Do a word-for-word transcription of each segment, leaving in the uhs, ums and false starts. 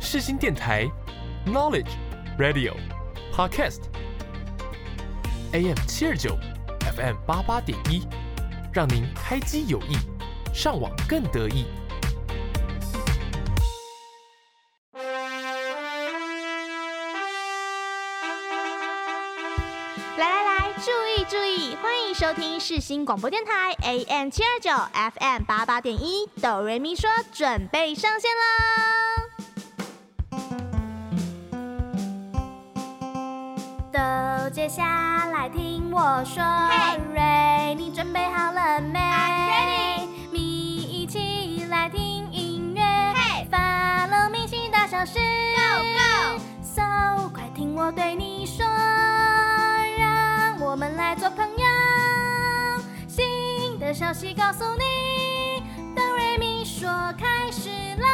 世新电台 Knowledge Radio Podcast A M 七二九 F M 八八点一，让您开机有益，上网更得意。 来来来，注意注意，欢迎收听世新广播电台 A M 七二九 F M 八八点一，哆瑞咪说准备上线喽！都接下来听我说，瑞，你准备好了没 ？I'm ready。 咪一起来听音乐，发了明星大小事 ，Go Go， so 快听我对你说。我们来做朋友，新的消息告诉你，哆瑞咪说开始啦！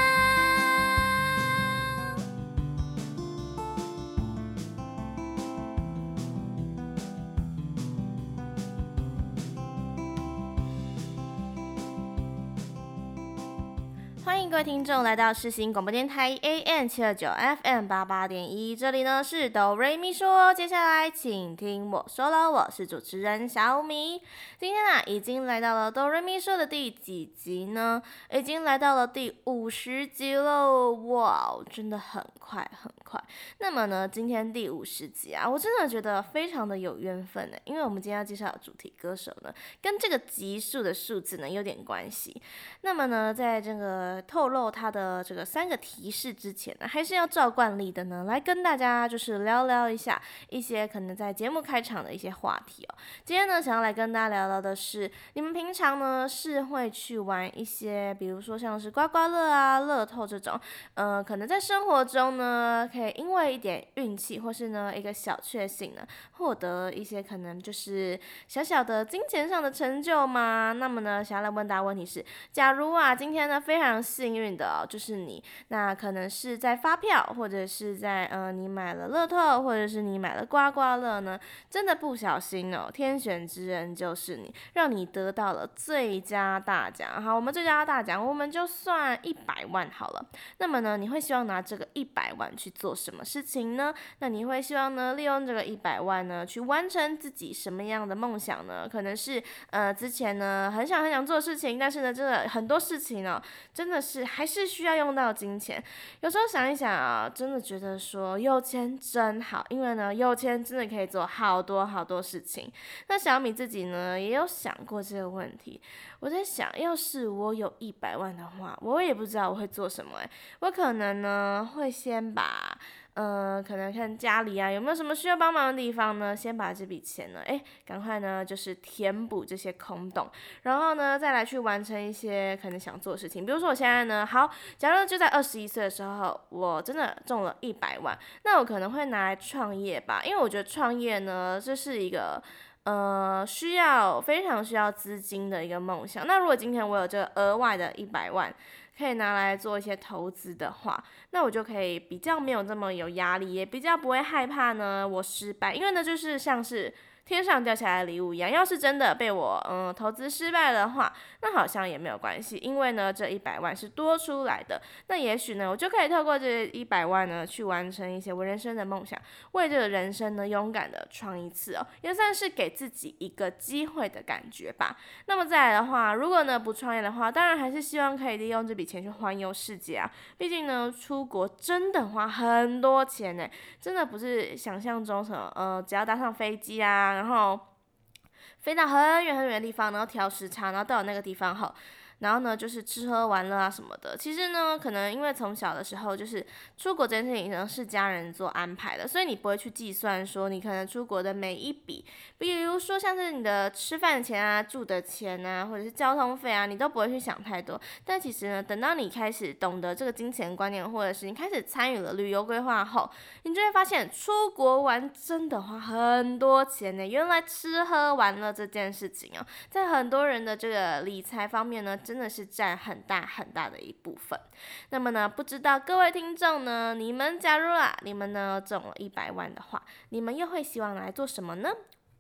欢迎各位听众来到世新广播电台 A M 七二九 F M 八八点一，这里呢是哆瑞咪说，接下来请听我说了，我是主持人小米。今天啊，已经来到了哆瑞咪说的第几集呢？已经来到了第五十集喽！哇，真的很快很快。那么呢，今天第五十集啊，我真的觉得非常的有缘分呢，因为我们今天要介绍的主题歌手呢，跟这个集数的数字呢有点关系。那么呢，在这个透露他的这个三个提示之前呢，还是要照惯例的呢，来跟大家就是聊聊一下一些可能在节目开场的一些话题哦。今天呢，想要来跟大家聊聊的是，你们平常呢是会去玩一些，比如说像是刮刮乐啊、乐透这种，呃，可能在生活中呢，可以因为一点运气或是呢一个小确幸呢，获得一些可能就是小小的金钱上的成就吗？那么呢，想要来问大家问题是，假如啊，今天呢非常幸运的哦，就是你，那可能是在发票，或者是在呃你买了乐透，或者是你买了刮刮乐呢，真的不小心哦，天选之人就是你，让你得到了最佳大奖。好，我们最佳大奖，我们就算一百万好了。那么呢，你会希望拿这个一百万去做什么事情呢？那你会希望呢，利用这个一百万呢，去完成自己什么样的梦想呢？可能是呃之前呢很想很想做的事情，但是呢，真的很多事情呢，真的是还是需要用到金钱。有时候想一想啊，真的觉得说有钱真好，因为呢，有钱真的可以做好多好多事情。那小米自己呢，也有想过这个问题。我在想，要是我有一百万的话，我也不知道我会做什么、欸。我可能呢会先把。呃，可能看家里啊有没有什么需要帮忙的地方呢？先把这笔钱呢，哎，赶快呢就是填补这些空洞，然后呢再来去完成一些可能想做的事情。比如说我现在呢，好，假如就在二十一岁的时候，我真的中了一百万，那我可能会拿来创业吧，因为我觉得创业呢，这是一个。呃，需要非常需要资金的一个梦想。那如果今天我有这个额外的一百万，可以拿来做一些投资的话，那我就可以比较没有这么有压力，也比较不会害怕呢我失败，因为呢就是像是天上掉下来的礼物一样，要是真的被我嗯投资失败的话，那好像也没有关系，因为呢这一百万是多出来的，那也许呢我就可以透过这一百万呢去完成一些我人生的梦想，为这个人生呢勇敢的闯一次哦，也算是给自己一个机会的感觉吧。那么再来的话，如果呢不创业的话，当然还是希望可以利用这笔钱去环游世界啊，毕竟呢出国真的花很多钱呢，真的不是想象中什么呃只要搭上飞机啊。然后飞到很远很远的地方，然后调时差，然后到了那个地方后，然后呢就是吃喝玩乐啊什么的。其实呢，可能因为从小的时候就是出国这件事情呢是家人做安排的，所以你不会去计算说你可能出国的每一笔，比如说像是你的吃饭钱啊、住的钱啊，或者是交通费啊，你都不会去想太多。但其实呢，等到你开始懂得这个金钱观念，或者是你开始参与了旅游规划后，你就会发现出国玩真的花很多钱呢。原来吃喝玩乐这件事情哦，在很多人的这个理财方面呢，真的是占很大很大的一部分。那么呢，不知道各位听众呢，你们假如啦，你们呢中了一百万的话，你们又会希望来做什么呢？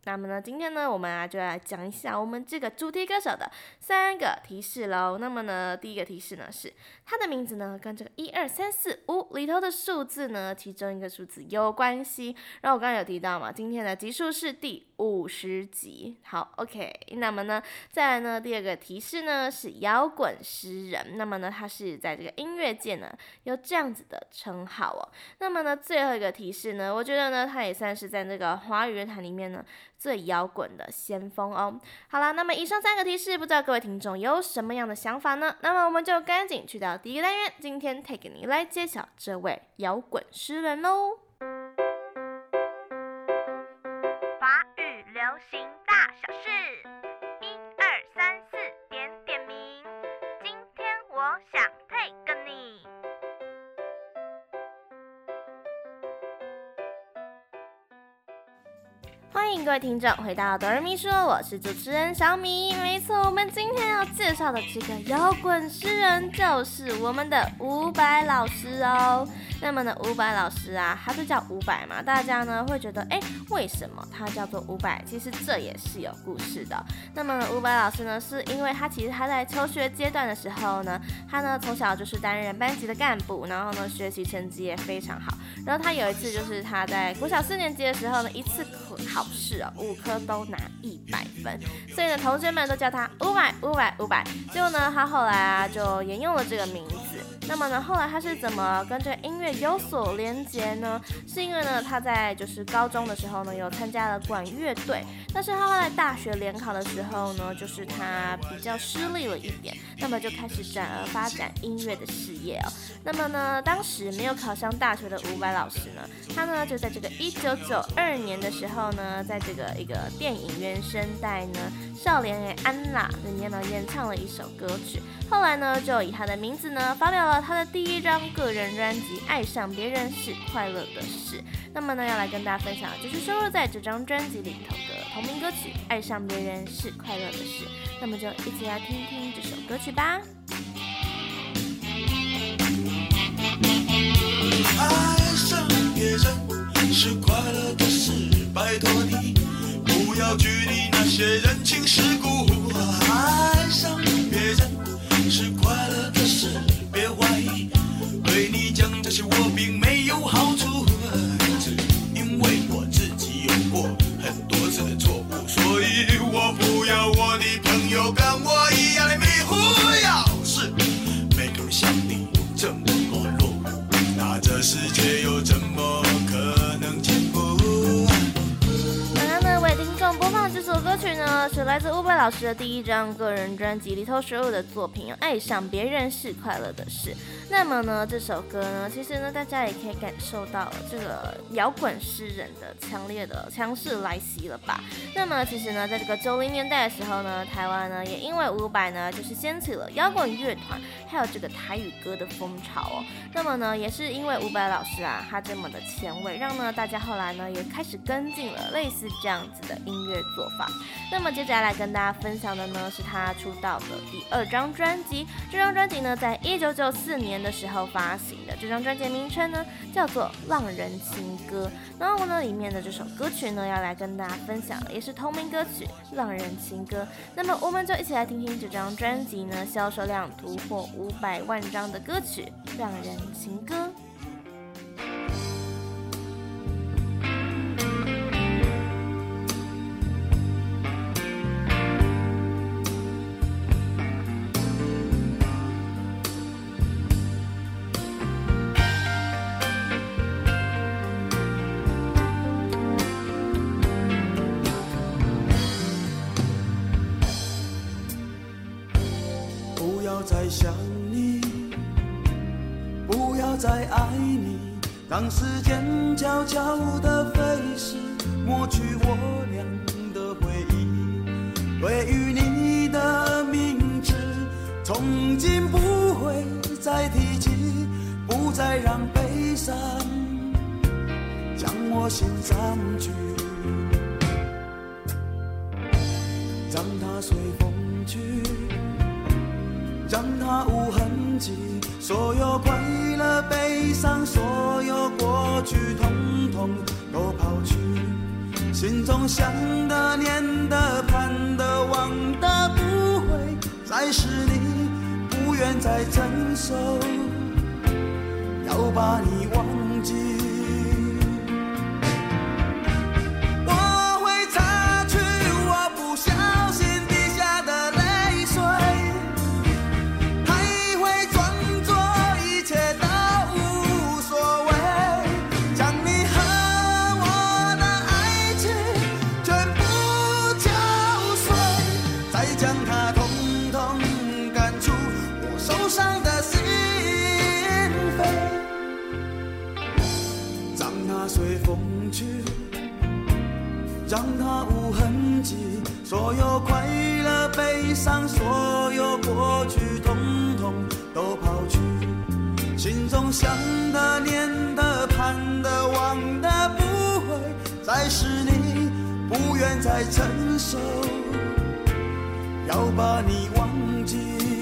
那么呢，今天呢，我们啊就来讲一下我们这个主题歌手的三个提示喽。那么呢，第一个提示呢是他的名字呢跟这个一二三四五里头的数字呢，其中一个数字有关系。然后我刚刚有提到嘛，今天的集数是第五十集。好 ，OK。那么呢，再来呢，第二个提示呢是摇滚诗人。那么呢，他是在这个音乐界呢有这样子的称号哦。那么呢，最后一个提示呢，我觉得呢，他也算是在这个华语乐坛里面呢最摇滚的先锋哦。好啦，那么以上三个提示，不知道各位听众有什么样的想法呢？那么我们就赶紧去到第一个单元，今天 take 你来揭晓这位摇滚诗人喽。 华语流行大小事，一二三四点点名，今天我想 take 你。 欢迎各位听众回到哆瑞咪说，我是主持人小米。没错，我们今天要介绍的这个摇滚诗人就是我们的伍佰老师哦。那么呢，伍佰老师啊，他就叫伍佰嘛，大家呢会觉得，哎，为什么他叫做伍佰？其实这也是有故事的。那么呢，伍佰老师呢，是因为他其实他在求学阶段的时候呢，他呢从小就是担任班级的干部，然后呢学习成绩也非常好。然后他有一次就是他在国小四年级的时候呢，一次考试哦，五科都拿一百分，所以呢同学们都叫他伍佰伍佰伍佰。结果呢，他后来啊就沿用了这个名字。那么呢，后来他是怎么跟这个音乐有所连结呢？是因为呢，他在就是高中的时候呢，有参加了管乐队，但是他后来大学联考的时候呢，就是他比较失利了一点，那么就开始转而发展音乐的事业哦。那么呢，当时没有考上大学的伍佰老师呢，他呢就在这个一九九二年的时候呢，在这个一个电影原声带呢《少年诶安娜》里面呢演唱了一首歌曲，后来呢就以他的名字呢发表了他的第一张个人专辑《爱上别人是快乐的事》。那么呢，要来跟大家分享的就是收录在这张专辑里头的同名歌曲《爱上别人是快乐的事》。那么就一起来听听这首歌曲吧。 爱上别人是快乐的事，拜托你不要拘泥那些人情世故。爱上别人是快乐的事，别怀疑，对你讲这些我并没有好处，只因为我自己有过很多次的错误，所以我不要我的朋友跟我一样的迷糊。要是每个人像你这么落伍，那这世界又怎么可能进步？ 刚刚呢为听众播放这首歌曲呢，是来自伍佰老师的第一张个人专辑里头收录的作品《爱上别人是快乐的事》。那么呢，这首歌呢，其实呢，大家也可以感受到了这个摇滚诗人的强烈的强势来袭了吧？那么其实呢，在这个九零年代的时候呢，台湾呢也因为伍佰呢，就是掀起了摇滚乐团还有这个台语歌的风潮哦。那么呢，也是因为伍佰老师啊，他这么的前卫，让呢大家后来呢也开始跟进了类似这样子的音乐做法。那么接着来跟大家分享的呢，是他出道的第二张专辑。这张专辑呢，在一九九四年的时候发行的。这张专辑名称呢，叫做《浪人情歌》。然后呢，里面的这首歌曲呢，要来跟大家分享的也是同名歌曲《浪人情歌》。那么我们就一起来听听这张专辑呢，销售量突破五百万张的歌曲《浪人情歌》。 再想你，不要再爱你，让时间悄悄地飞逝，抹去我俩的回忆。对于你的名字，从今不会再提起，不再让悲伤将我心占据，让它随风去，让它无痕迹，所有快乐悲伤，所有过去统统都抛去， 心中想的、念的、盼的、望的，不会再是你，不愿再承受，要把你忘记。我会擦去我不小心滴下的泪水，还会装作一切都无所谓，将你和我的爱情全部敲碎，再将它统统赶出我手上的心扉，让它随风去，让它无痕迹，所有快乐悲伤，所有过去统统都抛去，心中想的念的盼的望的，不会再是你，不愿再承受，要把你忘记。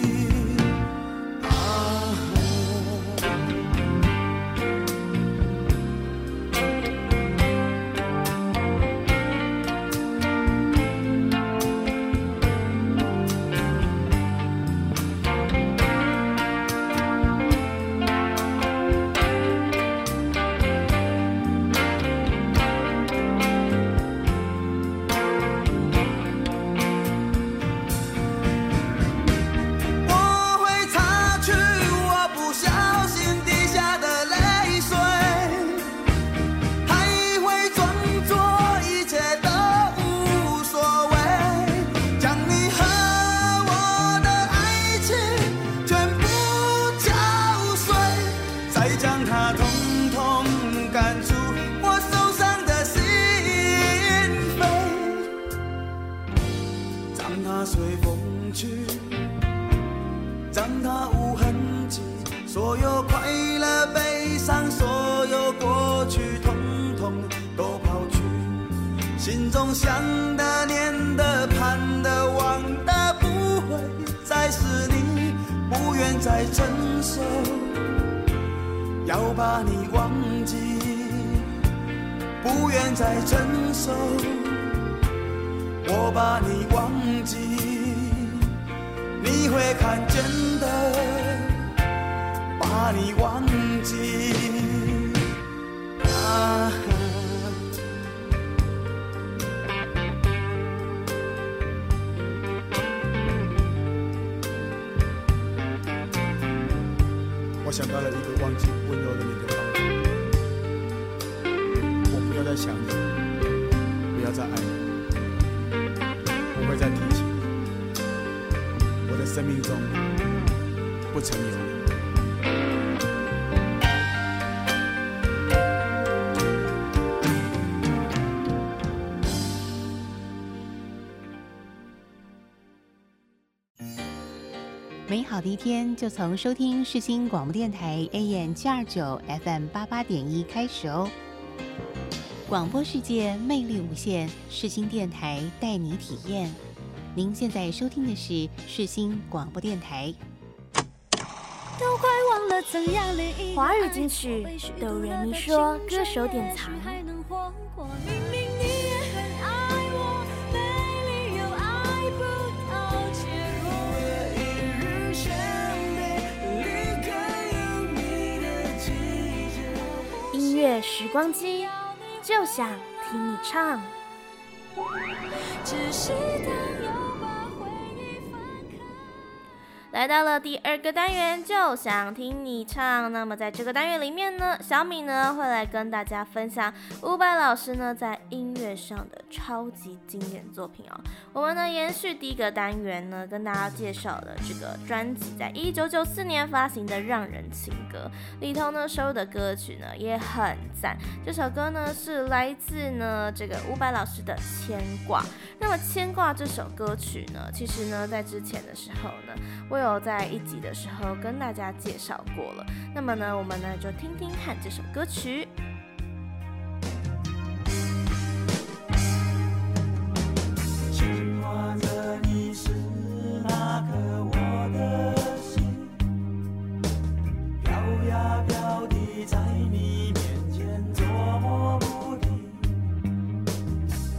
所有快乐悲伤，所有过去统统都抛去，心中想的念的盼的望的，不会再是你，不愿再承受，要把你忘记，不愿再承受，我把你忘记，你会看见的，把你忘记啊。我想到了一个忘记温柔的你的方法，我不要再想你，不要再爱你，不会再提起你，我的生命中不曾有你。 美好的一天就从收听世新广播电台 A M 七二九 F M 八八点一开始哦。广播世界魅力无限，世新电台带你体验。您现在收听的是世新广播电台。 都快忘了怎样恋一华语金曲哆瑞咪说歌手典藏。 明明你也很爱我，没理由爱不到结果。一日相对，离开有你的季节。 音乐时光机，就想听你唱。 只是当有把回忆翻开。 来到了第二个单元，就想听你唱。那么在这个单元里面呢，小米呢会来跟大家分享伍佰老师呢在音乐上的超级经典作品哦。我们呢延续第一个单元呢，跟大家介绍的这个专辑在一九九四年发行的《让人情歌》里头呢收录的歌曲呢也很赞。这首歌呢是来自呢这个伍佰老师的《牵挂》。那么《牵挂》这首歌曲呢，其实呢在之前的时候呢，我有在一集的时候跟大家介绍过了。那么呢，我们呢就听听看这首歌曲。 牵挂着你是那颗我的心，飘呀飘地在你面前捉摸不定，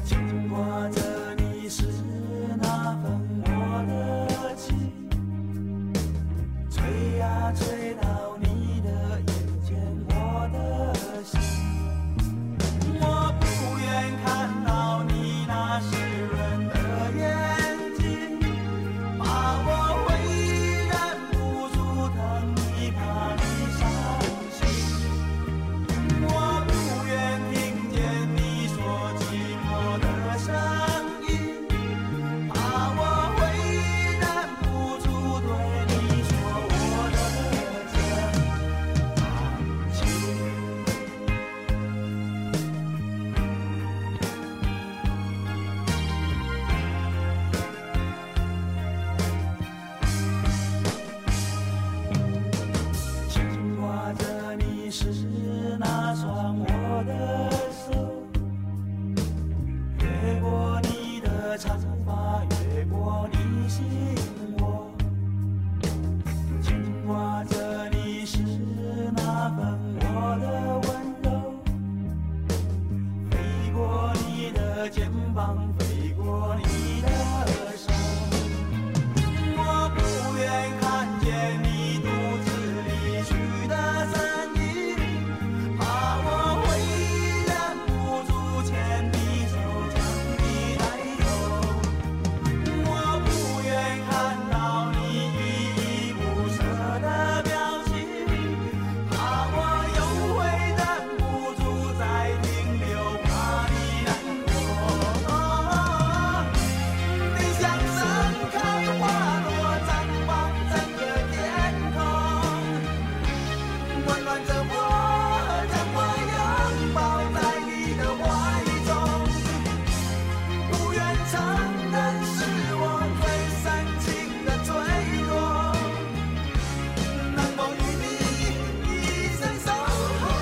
温暖着我，将我拥抱在你的怀中，不愿承认是我最深情的脆弱，能否与你一生守候？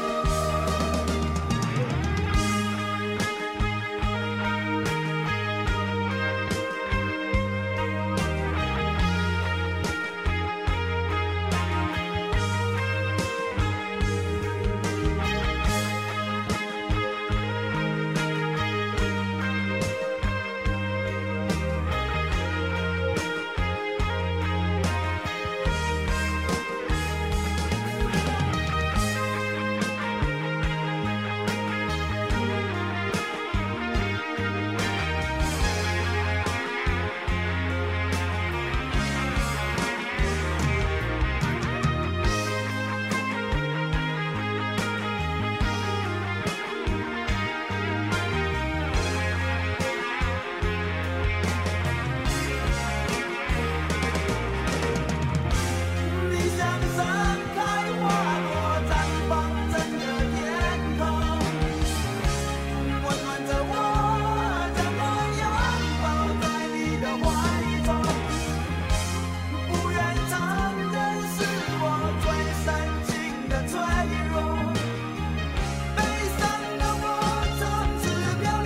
你像盛开花朵，绽放整个天空，温暖着我，将我拥抱在你的怀中，不愿承认是我最深情的脆弱，悲伤的我从此漂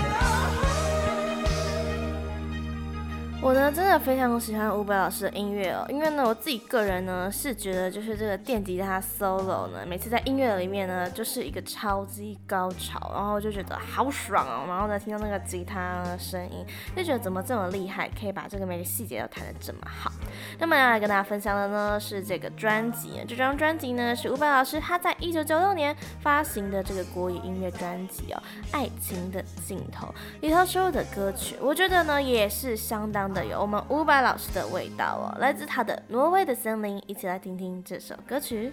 流。 我呢真的非常喜欢伍佰老师的音乐哦，因为呢我自己个人呢是觉得就是这个电吉他 solo 呢，每次在音乐里面呢就是一个超级高潮，然后就觉得好爽哦，然后呢听到那个吉他的声音，就觉得怎么这么厉害，可以把这个每个细节都弹得这么好。那么要来跟大家分享的呢是这个专辑，这张专辑呢是伍佰老师他在一九九六年发行的这个国语音乐专辑哦，《爱情的尽头》里头收录的歌曲，我觉得呢也是相当的有我们伍佰老师的味道哦，来自他的《挪威的森林》，一起来听听这首歌曲。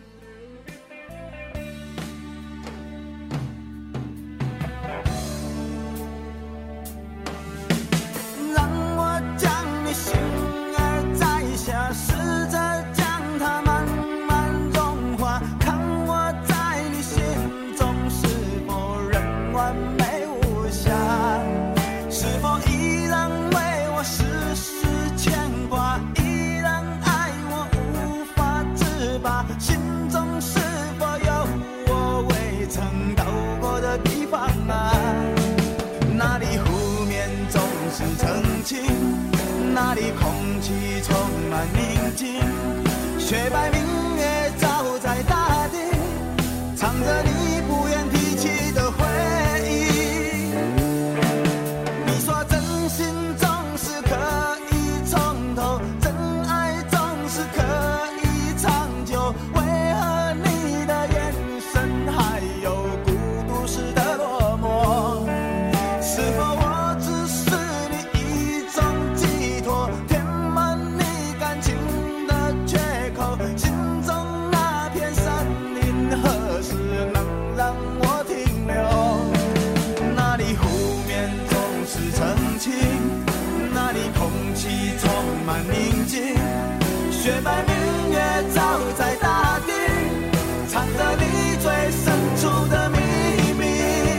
让我将你心儿摘下，试着将它慢慢融化，看我在你心中是否仍完美无瑕，是否依然为我时时牵挂，依然爱我无法自拔，心中是否有我未曾到过的地方啊？那里湖面总是澄清，那里空气充满宁静，雪白明月照在大地，唱着你不愿提起的回忆。你说真心总是可以从头，真爱总是可以长久，为何你的眼神还有孤独时的落寞？是否我只是你一种寄托，填满你感情的缺口？心中那片森林何时能让我停留？那里湖面总是澄清，那里空气充满宁静，雪白明月照在大地，藏着你最深处的秘密。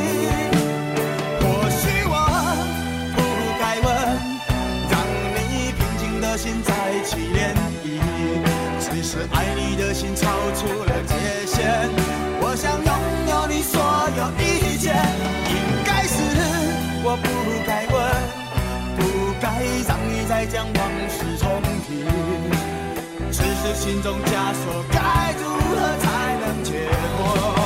或许我不该问，让你平静的心再起涟漪，只是爱你的心超出了界限，我想拥有你所有一切，应该是我不该问，不该让你再将往事重提，只是心中枷锁该如何才能解脱？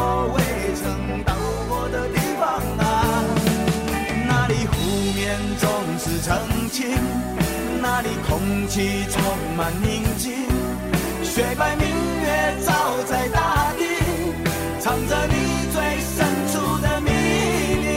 我未曾到过的地方啊，那里湖面总是澄清，那里空气充满宁静，雪白明月照在大地，藏着你最深处的秘密。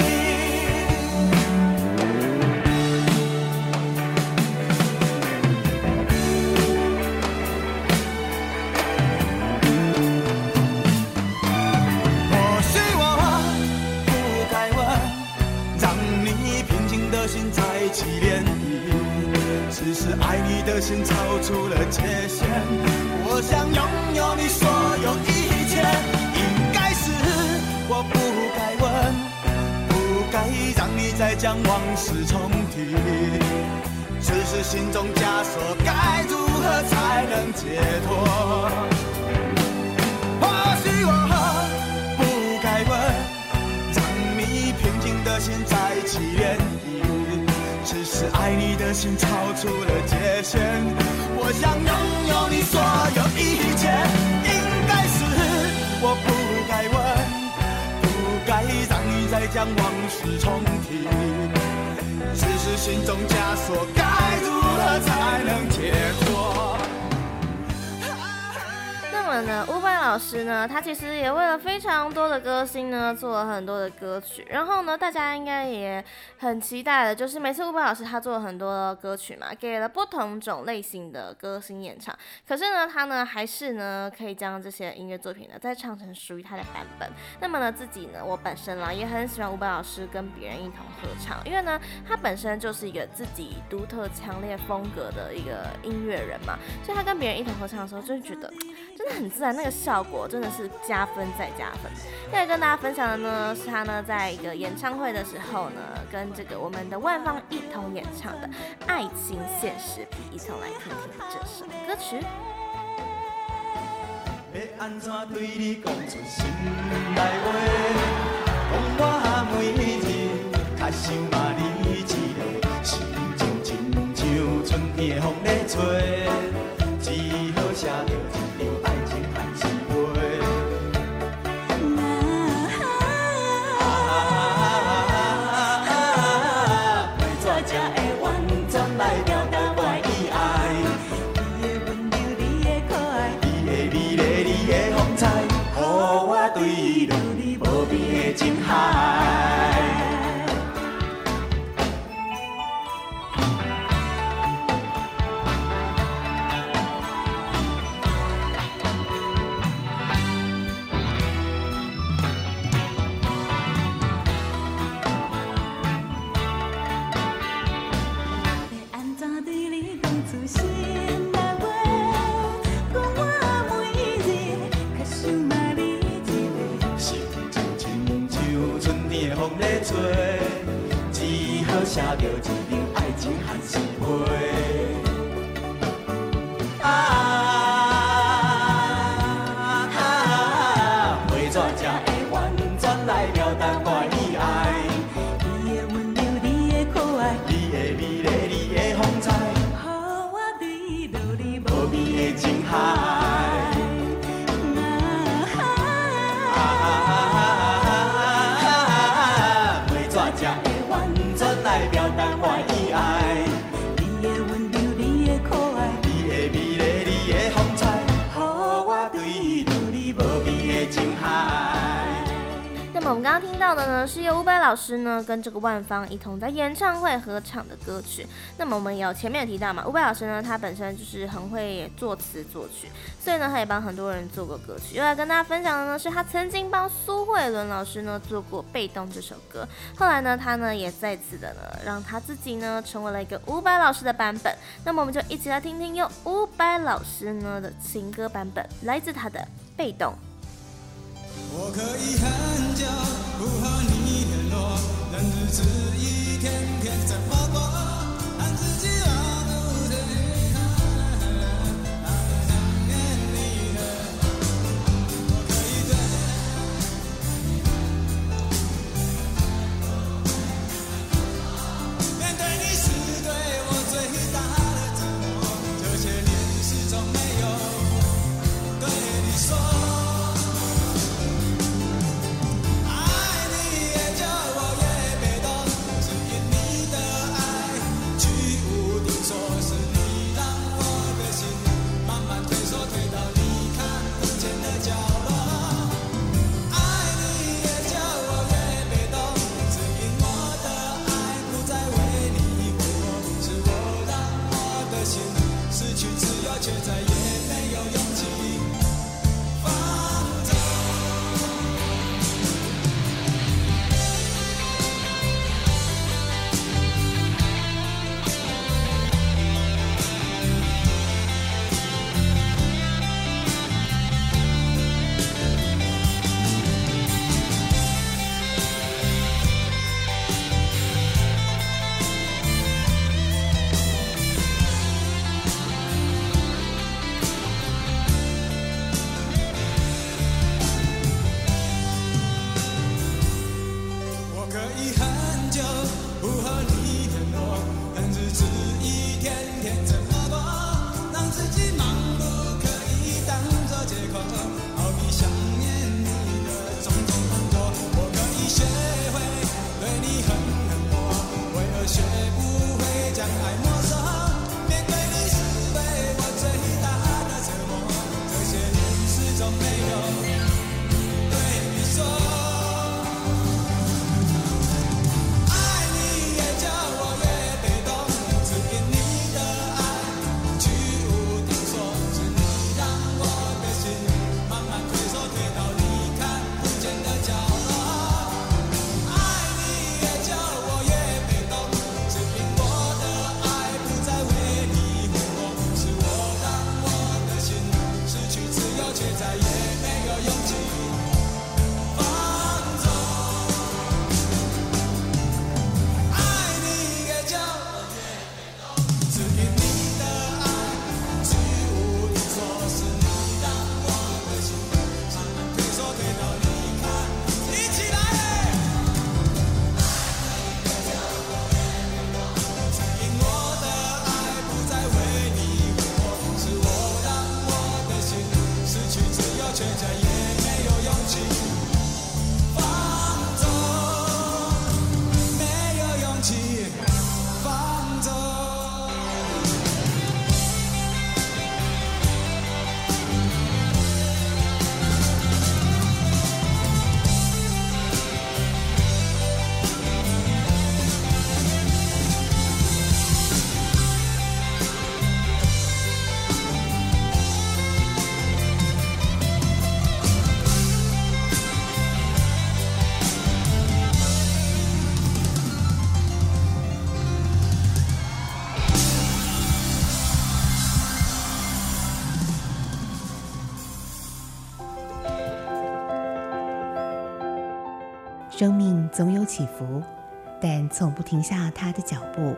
或许我不该问，让你平静的心再起涟漪，只是爱你的心超出了界限。我想拥有你所有一切，应该是我不该问，不该让你再将往事重提，只是心中枷锁该如何才能解脱？或许我不该问，让你平静的心再起涟漪，只是爱你的心超出了界限。我想拥有你所有一切，应该是我不该问，不该让你再将往事重提，只是心中枷锁该如何才能解脱？ 那么呢，伍佰老师呢，他其实也为了非常多的歌星呢做了很多的歌曲，然后呢，大家应该也很期待的，就是每次伍佰老师他做了很多的歌曲嘛，给了不同种类型的歌星演唱，可是呢，他呢还是呢可以将这些音乐作品呢再唱成属于他的版本。那么呢，自己呢，我本身啦也很喜欢伍佰老师跟别人一同合唱，因为呢，他本身就是一个自己独特强烈风格的一个音乐人嘛，所以他跟别人一同合唱的时候，就觉得真的很自然，那个效果真的是加分再加分。要来跟大家分享的呢，是他呢在一个演唱会的时候呢，跟这个我们的万芳一同演唱的《爱情现实比》，一同来听听这首歌曲。 要安怎对你讲出心内话？讲我每日较想嘛你一个，心情亲像春天的风在吹，只好写着一张爱情寒心花。要怎才会完全来表达我的爱？你的温柔，你的可爱，你的美丽，你的风采，予我对伊落你无边的情海。写着一张爱情寒心花，啊啊！要怎才会完全来表达我的爱？你的温柔，你的可爱，你的美丽，你的风采，予我对伊落你无边的情海。啊要怎才会完全来表达我的爱？你的温柔，你的可爱，你的美丽，你的风采，予我对伊落你无边的情海。 那么我们刚刚听到的呢，是由伍佰老师呢跟这个万芳一同在演唱会合唱的歌曲。那么我们有前面有提到嘛，伍佰老师呢，他本身就是很会作词作曲，所以呢，他也帮很多人做过歌曲。又来跟大家分享的呢，是他曾经帮苏慧伦老师呢做过《被动》这首歌。后来呢，他呢也再次的呢，让他自己呢成为了一个伍佰老师的版本。那么我们就一起来听听由伍佰老师呢的情歌版本，来自他的《被动》。 我可以很久不和你联络，任日子一天天在划过，让自己麻木的女孩，哪里想念你呢？我可以对，面对你是对我最大的折磨，这些年始终没有对你说。 生命总有起伏，但从不停下它的脚步。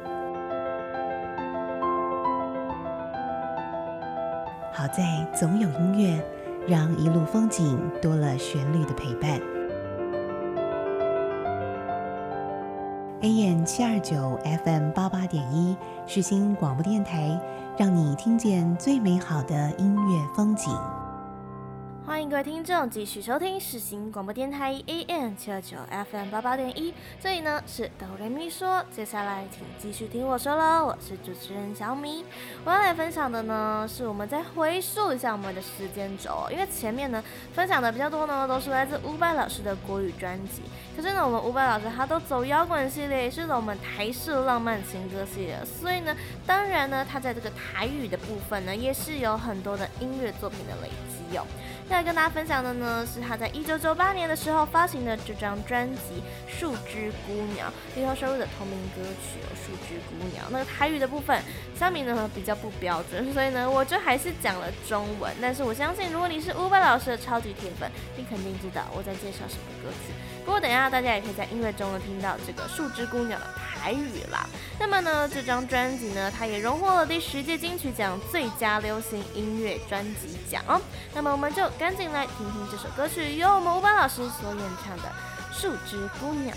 好在总有音乐，让一路风景多了旋律的陪伴。A M 七二九 F M 八八点一世新广播电台，让你听见最美好的音乐风景。 欢迎各位听众继续收听世新广播电台 A M 七二九 F M 八八点一，这里呢是哆来咪说，接下来请继续听我说喽，我是主持人小米。我要来分享的呢是我们再回溯一下我们的时间轴，因为前面呢分享的比较多呢都是来自伍佰老师的国语专辑，可是呢我们伍佰老师他都走摇滚系列，也是我们台式浪漫情歌系列，所以呢当然呢他在这个台语的部分呢也是有很多的音乐作品的累积哦。要来跟大家分享的呢，是他在一九九八年的时候发行的这张专辑《树枝孤鸟》里头收录的同名歌曲《树枝孤鸟》。那个台语的部分，小米呢比较不标准，所以呢我就还是讲了中文。但是我相信，如果你是伍佰老师的超级铁粉，你肯定知道我在介绍什么歌曲。不过等一下大家也可以在音乐中呢听到这个《树枝孤鸟》的台语啦。那么呢，这张专辑呢，它也荣获了第十届金曲奖最佳流行音乐专辑奖哦。那么我们就赶紧来听听这首歌曲，由我们伍佰老师所演唱的《树枝孤鸟》。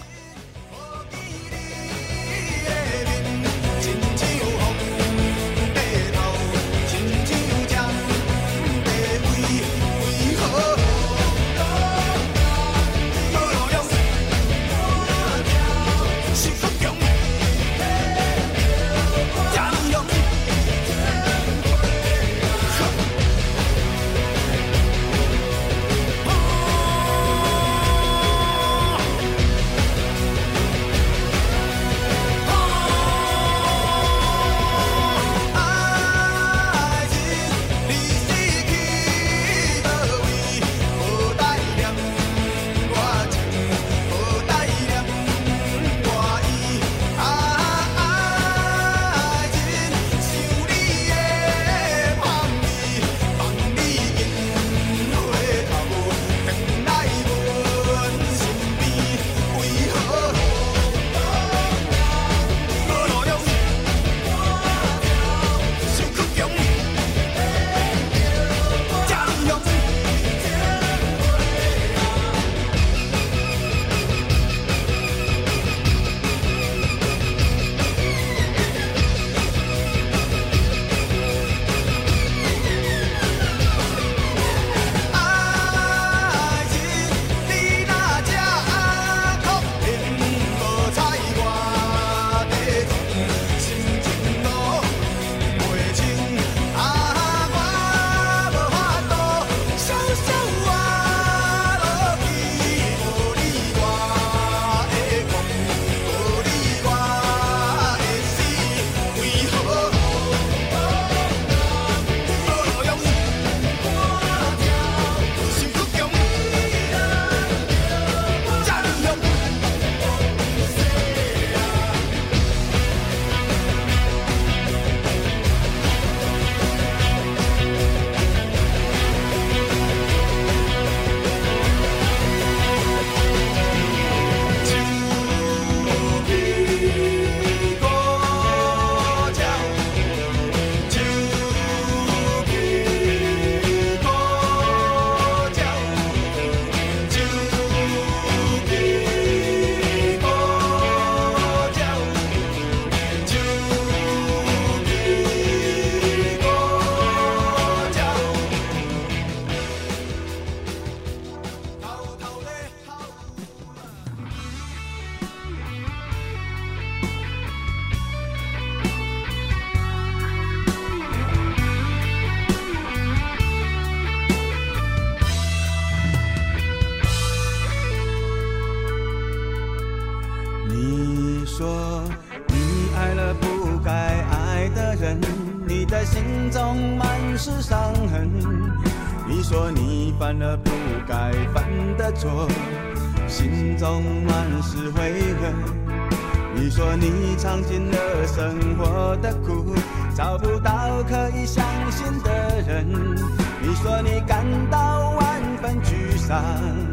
心中满是伤痕。你说你犯了不该犯的错，心中满是悔恨。你说你尝尽了生活的苦，找不到可以相信的人。你说你感到万分沮丧，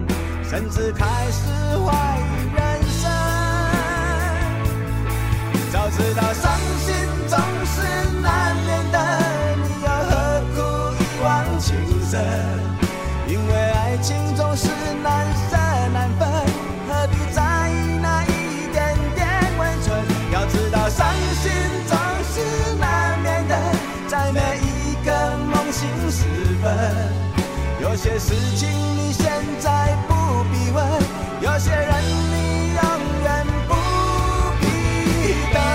甚至开始怀疑人生。早知道伤心总是难免的，你又何苦一往情深？因为爱情总是难舍难分，何必在意那一点点温存？要知道伤心总是难免的，在每一个梦醒时分。有些事情你现在不必问，有些人你永远不必等。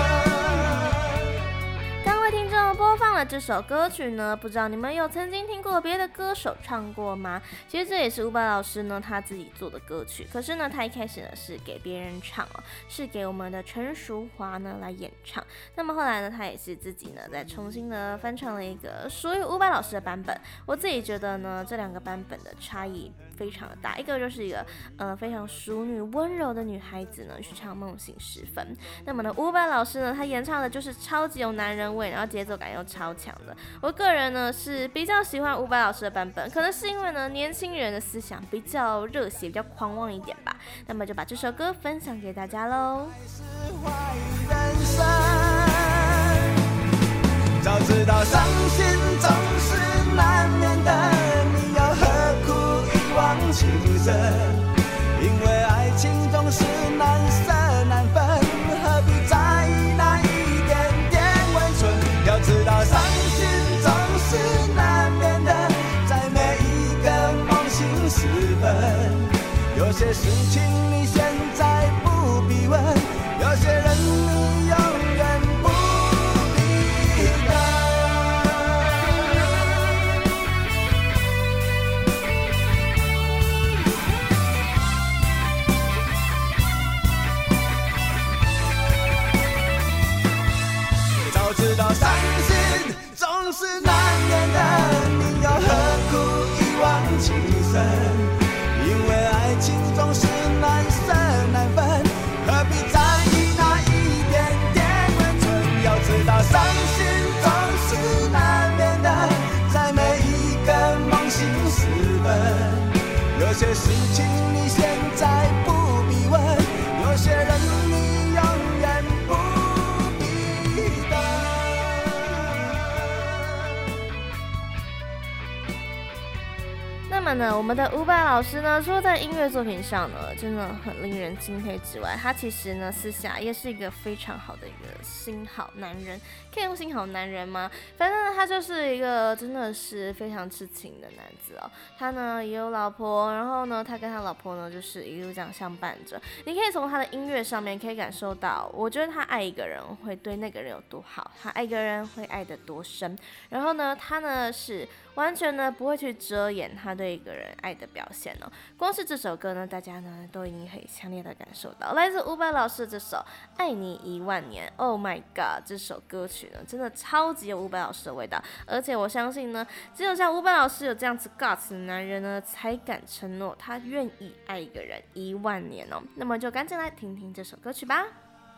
刚为听众播放了这首歌曲呢，不知道你们有曾经听过别的歌手唱过吗？其实这也是伍佰老师呢他自己做的歌曲，可是呢他一开始呢是给别人唱哦，是给我们的陈淑华呢来演唱。那么后来呢他也是自己呢再重新的翻唱了一个属于伍佰老师的版本。我自己觉得呢这两个版本的差异非常的大，一个就是一个呃非常淑女温柔的女孩子呢去唱梦醒时分，那么呢伍佰老师呢他演唱的就是超级有男人味，然后节奏感又超强的。我个人呢是比较喜欢伍佰老师的版本，可能是因为呢年轻人的思想比较热血比较狂妄一点吧。那么就把这首歌分享给大家咯。 早知道伤心总是难免的，你又何苦一往情深？因为爱情总是难舍难分，何必在意那一点点温存？要知道伤心总是难免的，在每一个梦醒时分。有些事情你现在不必问，有些人你永远不必等。早知道伤心总是难免的，你又何苦一往情深？因为爱情总是难舍难分，何必在意那一点点温存？要知道伤心总是难免的，在每一个梦醒时分。有些事情你现在不必问，有些人你永远不必等。 那么呢，我们的伍佰老师呢，除了在音乐作品上呢，真的很令人敬佩之外，他其实呢，私下也是一个非常好的一个心好男人。可以用心好男人吗？反正呢，他就是一个真的是非常痴情的男子哦。他呢也有老婆，然后呢，他跟他老婆呢就是一路这样相伴着。你可以从他的音乐上面可以感受到，我觉得他爱一个人会对那个人有多好，他爱一个人会爱得多深。然后呢，他呢是完全呢不会去遮掩他对一个人爱的表现哦。光是这首歌呢，大家呢都已经很强烈的感受到，来自伍佰老师的这首《爱你一万年》。Oh my god， 这首歌曲呢真的超级有伍佰老师的味道，而且我相信呢，只有像伍佰老师有这样子 guts 的男人呢，才敢承诺他愿意爱一个人一万年哦。那么就赶紧来听听这首歌曲吧。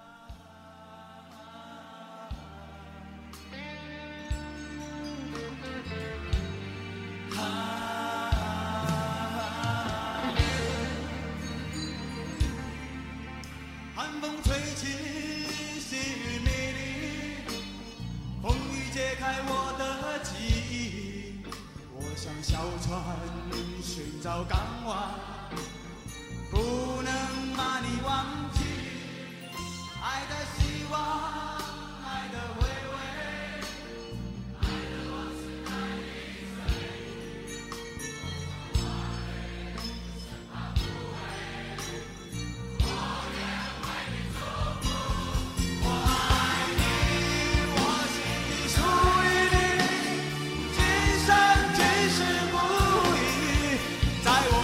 寒风吹起，细雨迷离，风雨解开我的记忆。我像小船寻找港湾，不能把你忘记。爱的希望，爱的回味，爱的往事难以追。我爱，生怕不会，我愿为你祝福。我爱你，我心里属于你，今生今世不移。在我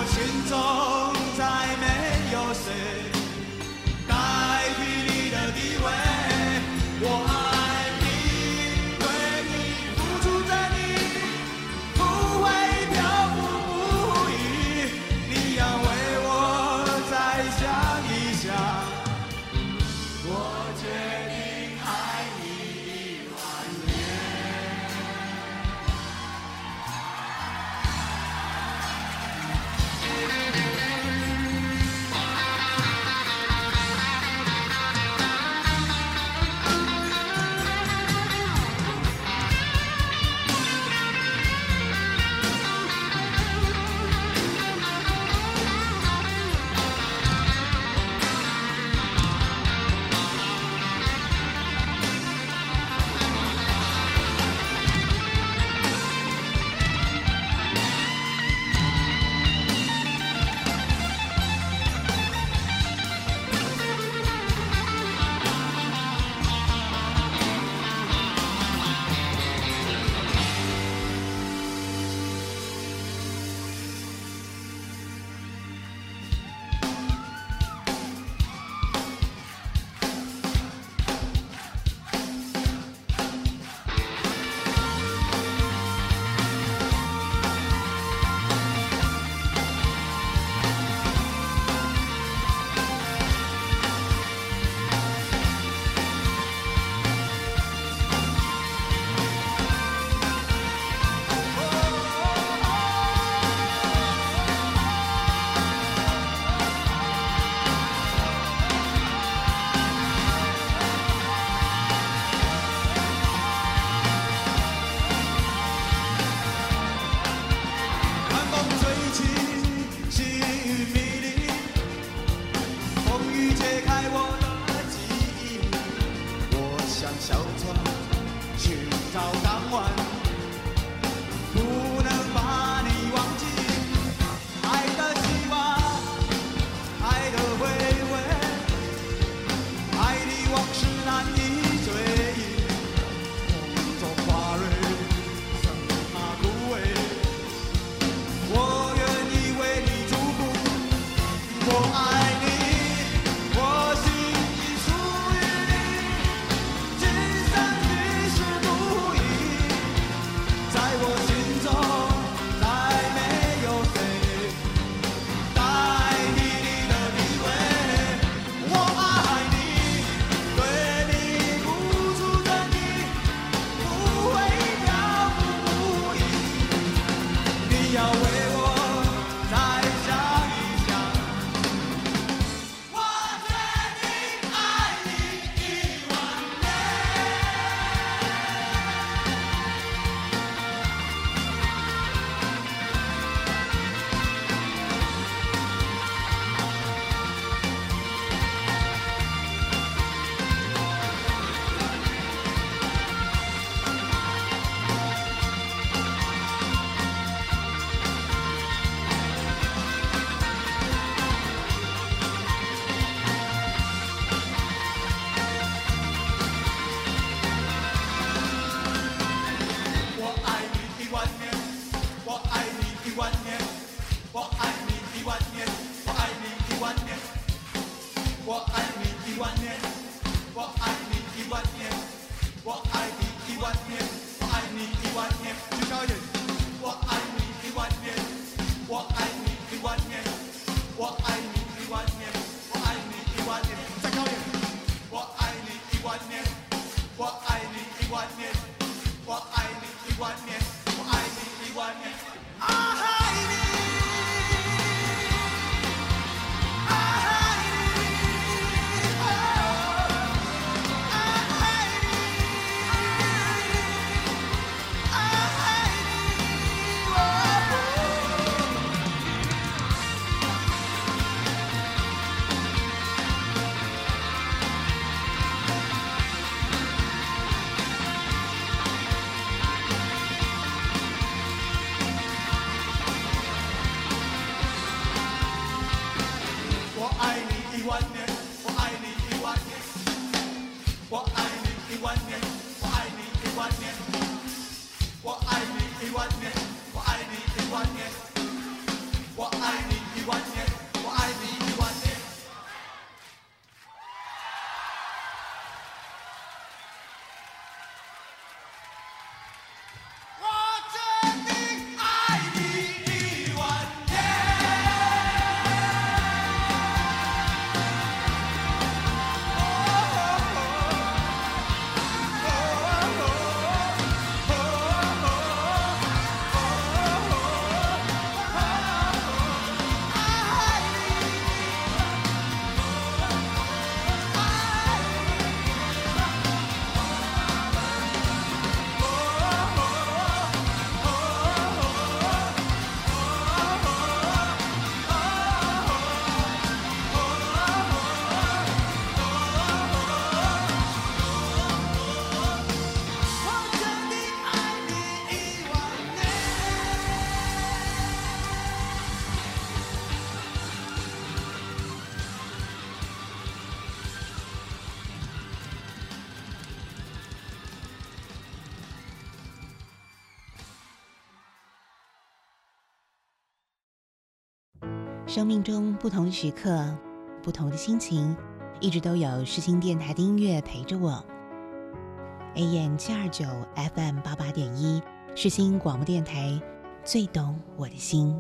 生命中不同的时刻，不同的心情，一直都有世新电台的音乐陪着我。A M 七二九 F M 八八点一，世新广播电台，最懂我的心。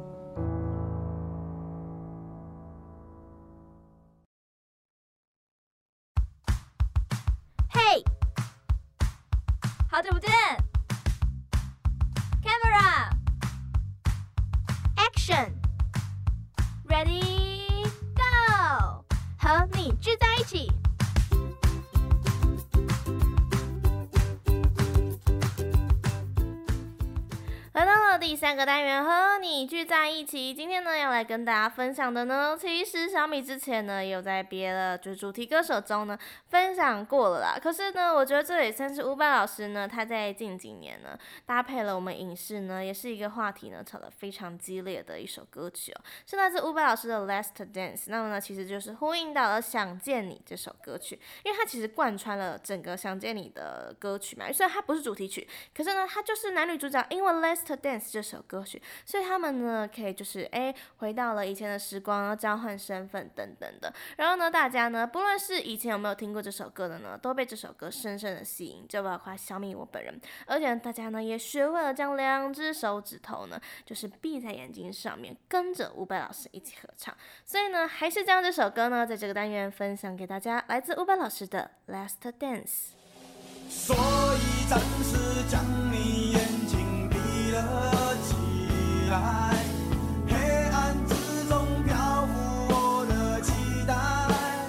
嘿，好久不见 ！Camera Action，Ready Go， 和你聚在一起。 来到了第三个单元，和你聚在一起。今天呢，要来跟大家分享的呢，其实小米之前呢，也有在别的就是主题歌手中呢分享过了啦。可是呢，我觉得这也算是伍佰老师呢，他在近几年呢，搭配了我们影视呢，也是一个话题呢，吵得非常激烈的一首歌曲哦，是来自伍佰老师的《Last Dance》。那么呢，其实就是呼应到了《想见你》这首歌曲，因为它其实贯穿了整个《想见你》的歌曲嘛。虽然它不是主题曲，可是呢，它就是男女主角因为《Last Dance》这首歌曲，所以他们呢可以就是哎回到了以前的时光，交换身份等等的。然后呢，大家呢不论是以前有没有听过这首歌的呢，都被这首歌深深的吸引，就包括小米我本人。而且大家呢也学会了将两只手指头呢就是闭在眼睛上面，跟着伍佰老师一起合唱。所以呢，还是将这首歌呢在这个单元分享给大家，来自伍佰老师的《Last Dance》。 所以暂时将你眼睛闭了起来，黑暗之中漂浮我的期待，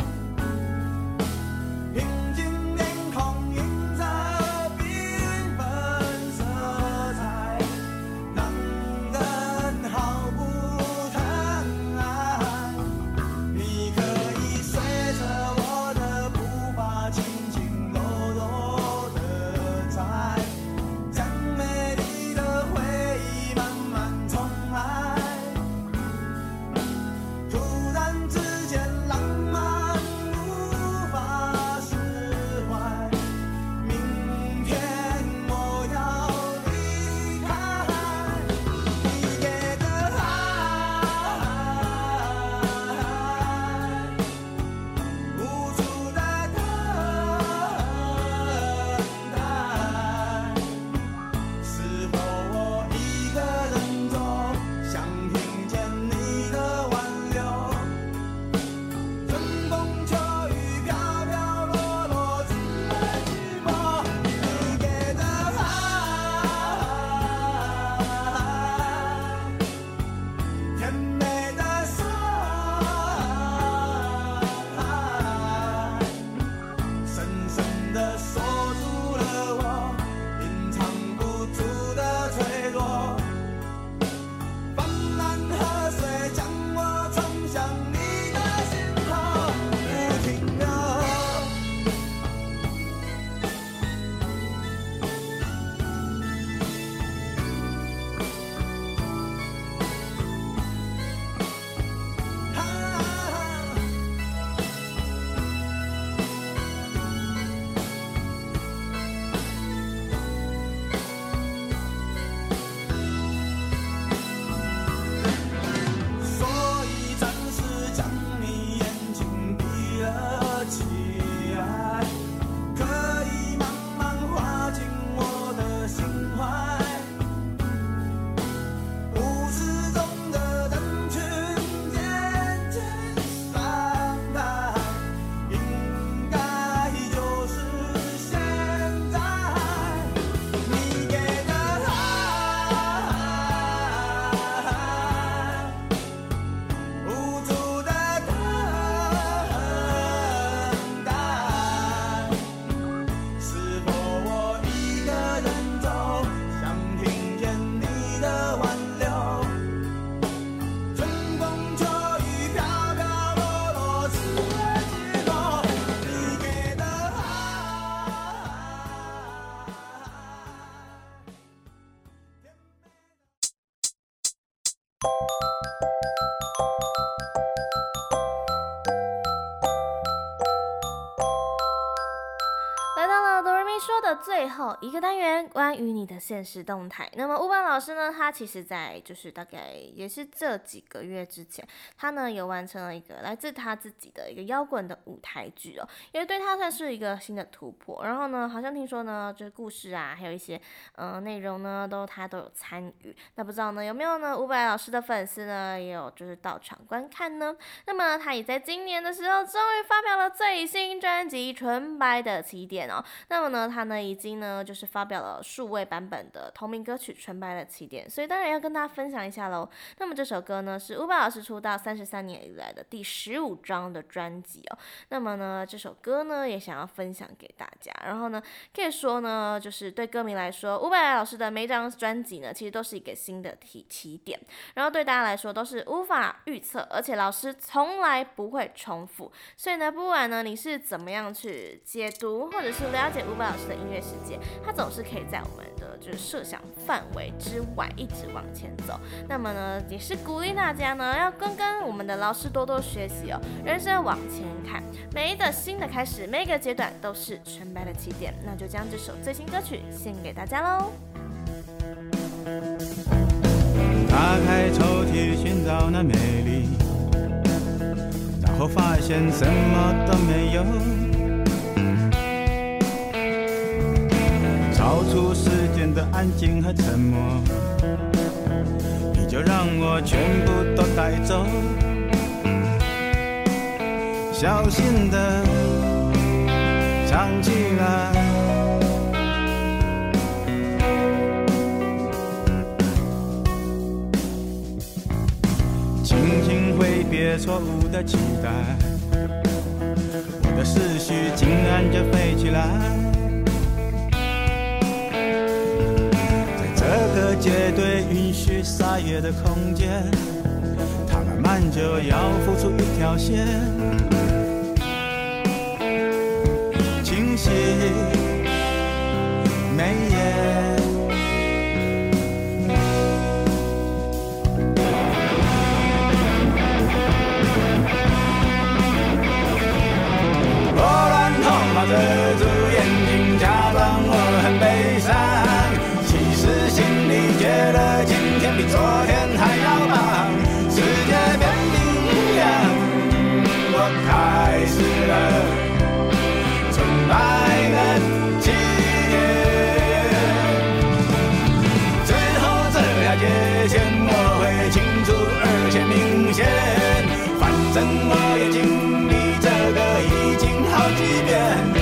平静天空映着缤纷色彩，让人毫不疼爱。你可以随着我的步伐轻轻柔柔的在，将美丽的回忆慢慢重来。突然之间浪漫无法释怀，明天我要离开。你给的爱无处的等待，是否我一个人走，想听见你的挽留，春风秋雨飘飘落落，只为寂寞。你给的爱，甜美的伤害，深深地锁住了我隐藏不住的脆弱。泛滥河水将我冲向你的心头，不停留。所以暂时将你眼睛闭了起来，可以慢慢滑进我的心怀。舞池中的人群渐渐散开，应该就是现在。你给的爱无助的等待，是否我一个人走，想听见你的挽留，春风秋雨飘飘落落，只为寂寞。你给的爱。 来到了哆瑞咪说的最后一个单元，关于你的现实动态。那么伍佰老师呢，他其实在就是大概也是这几个月之前，他呢有完成了一个来自他自己的一个摇滚的舞台剧哦，因为对他算是一个新的突破。然后呢，好像听说呢，就是故事啊，还有一些呃内容呢，都他都有参与。那不知道呢有没有呢伍佰老师的粉丝呢，也有就是到场观看呢？那么他也在今年的时候，终于发表了最新专辑《纯白的起点》哦。那么呢，他呢已经呢就是发表了数位版本的同名歌曲《纯白的起点》，所以当然要跟大家分享一下喽。那么这首歌呢是伍佰老师出道三十三年以来的第十五张的专辑哦。那么呢这首歌呢也想要分享给大家，然后呢可以说呢就是对歌迷来说，伍佰老师的每一张专辑呢其实都是一个新的起起点，然后对大家来说都是无法预测，而且老师从来不会重复，所以呢不管呢你是怎么样去解读或者是了解伍佰老师的音乐世界，他总是可以在我们的就是设想范围之外一直往前走。那么呢也是鼓励大家呢要跟跟我们的老师多多学习哦，人生往前看，每一个新的开始，每一个阶段都是纯白的起点。那就将这首最新歌曲献给大家喽。 打开抽屉寻找那美丽，然后发现什么都没有，超出时间的安静和沉默，你就让我全部都带走，小心的藏起来。轻轻挥别错误的期待，我的思绪竟然就飞起来，在这个绝对允许撒野的空间，它慢慢就要浮出一条线，清晰眉眼。遮住眼睛，假装我很悲伤，其实心里觉得今天比昨天还要棒，世界变明亮，我开始了纯白的起点，之后这条界线我会清楚而且明显，反正我也经历这个已经好几遍。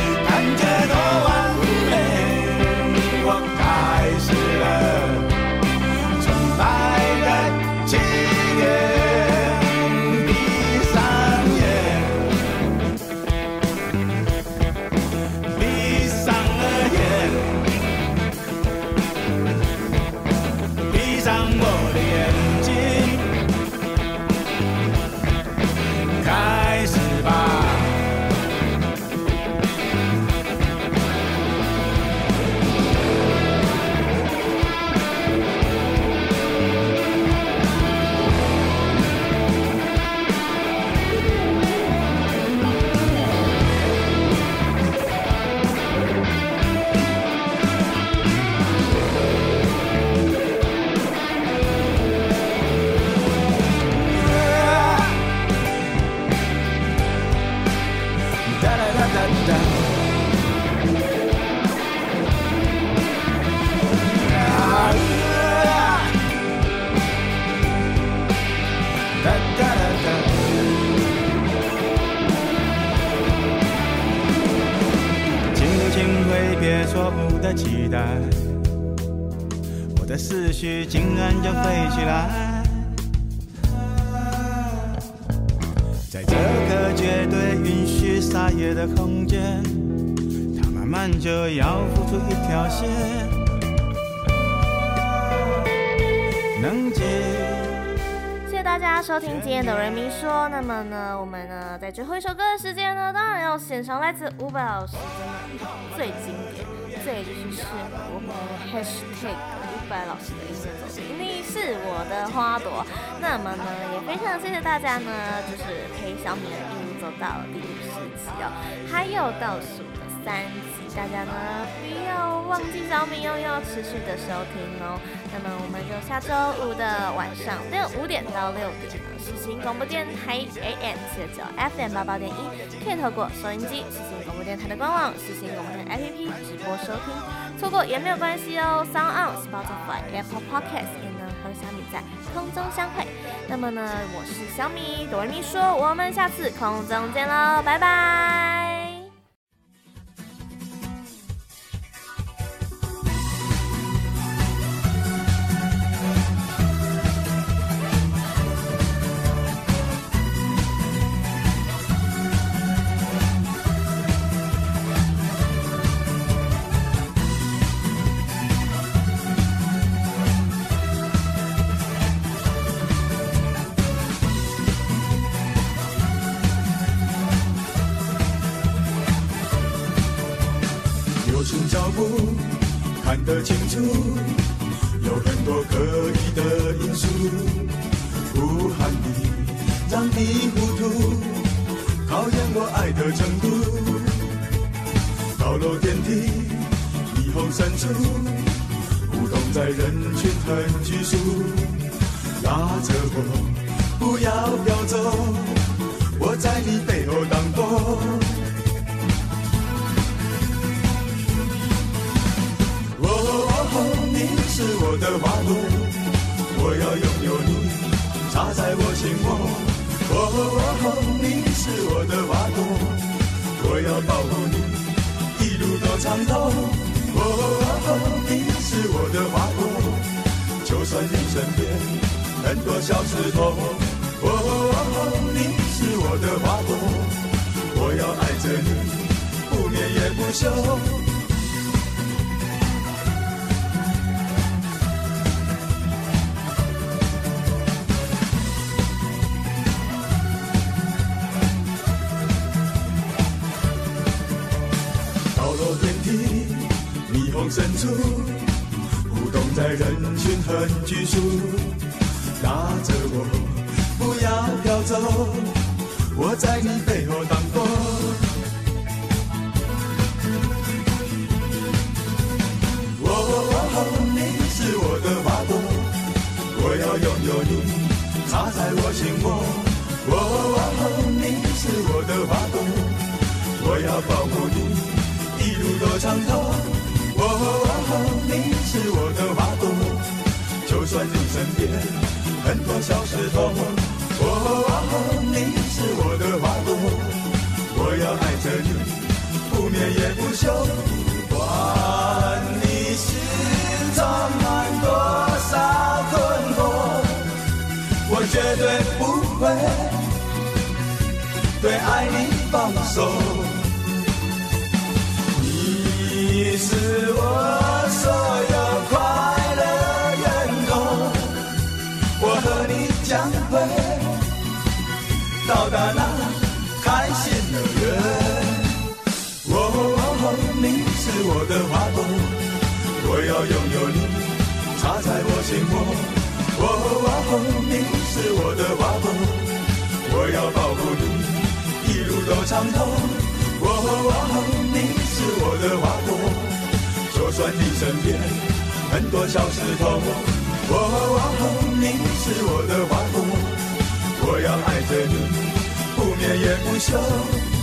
错误的期待，我的思绪竟然就飞起来，在这个绝对允许撒野的空间，它慢慢就要浮出一条线，能记。 谢谢大家收听今天的瑞咪说。那么呢，我们呢在最后一首歌的时间呢，当然要献上来自伍佰老师真的最经典、最就是适合我们 hashtag 伍佰老师的一首作品《你是我的花朵》。那么呢，也非常谢谢大家呢，就是陪小米一路走到了第五十集哦，还有倒数的三集，大家呢不要忘记小米又要持续的收听哦。那么我们就下周五的晚上六五点到六点呢，世新广播电台 A M 七十九 F M 八八点一，可以透过收音机世新广播电台的官网、世新广播电台 A P P 直播收听，错过也没有关系哦。Sound On、Spotify、Apple Podcast 也能和小米在空中相会。那么呢，我是小米，哆来咪说，我们下次空中见喽，拜拜。 脚步看得清楚，有很多可疑的因素，不喊你让你糊涂，考验我爱的程度。高楼电梯，霓虹深处，舞动在人群很拘束， 着我，不要飘走，我在你背后挡风。哦，你是我的花朵，我要拥有你，插在我心窝。哦，你是我的花朵，我要保护你，一路都畅通。哦，你是我的花朵，就算你身边很多小石头。哦，你是我的花朵，我要爱着你，不眠也不休。深处互动在人群很拘束，拉着我不要飘走，我在你背后挡风。哦，你是我的花朵，我要拥有你，插在我心窝。哦，你是我的花朵，我要保护你，一路都畅通。哦，你是我的花朵，就算你身边很多小石头。哦，你是我的花朵，我要爱着你，不眠也不休。不管你心中满多少困惑，我绝对不会对爱你放手。你是我所有快乐源头，我和你将会到达那开心乐园。哦，你是我的花朵，我要拥有你，插在我心窝。哦，你是我的花朵，我要保护你，一路都畅通。哦，你是我的花朵，就算你身边很多小石头。哦，你是我的花朵，我要爱着你，不眠也不休。